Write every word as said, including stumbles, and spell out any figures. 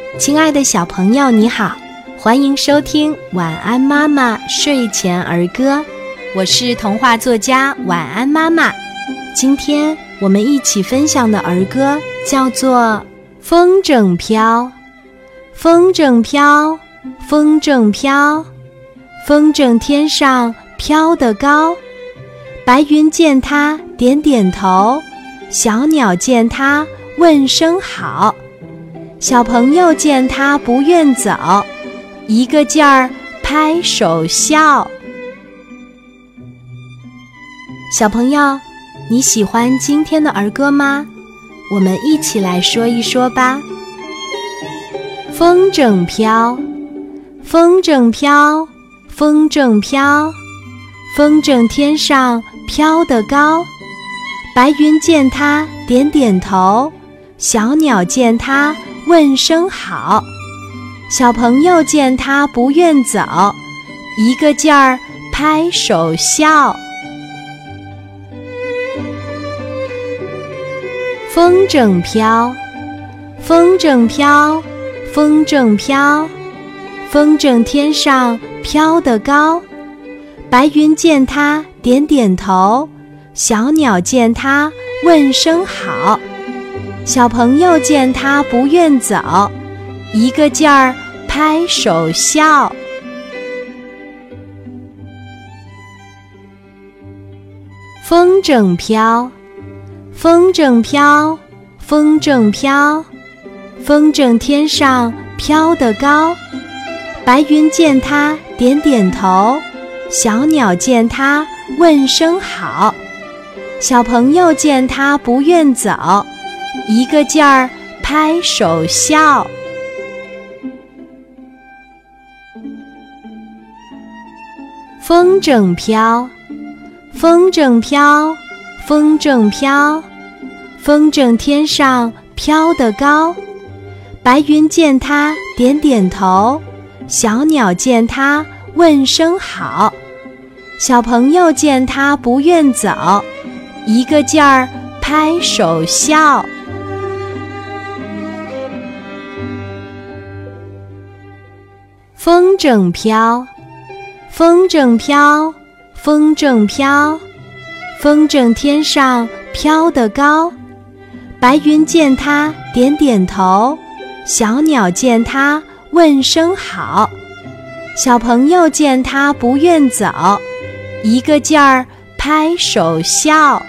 亲爱的小朋友你好，欢迎收听晚安妈妈睡前儿歌，我是童话作家晚安妈妈。今天我们一起分享的儿歌叫做风筝飘。风筝飘，风筝飘，风筝天上飘得高，白云见它点点头，小鸟见它问声好，小朋友见它不愿走，一个劲儿拍手笑。小朋友，你喜欢今天的儿歌吗？我们一起来说一说吧。风筝飘，风筝飘，风筝飘，风筝天上飘得高，白云见它点点头，小鸟见它问声好，小朋友见它不愿走，一个劲儿拍手笑。风筝飘，风筝飘，风筝飘，风筝天上飘得高，白云见它点点头，小鸟见它问声好，小朋友见它不愿走，一个劲儿拍手笑。风筝飘，风筝飘，风筝飘，风筝天上飘得高，白云见它点点头，小鸟见它问声好，小朋友见它不愿走，一个劲儿拍手笑。风筝飘，风筝飘，风筝飘，风筝天上飘得高，白云见它点点头，小鸟见它问声好，小朋友见它不愿走，一个劲儿拍手笑。风筝飘，风筝飘，风筝飘，风筝天上飘得高，白云见它点点头，小鸟见它问声好，小朋友见它不愿走，一个劲儿拍手笑。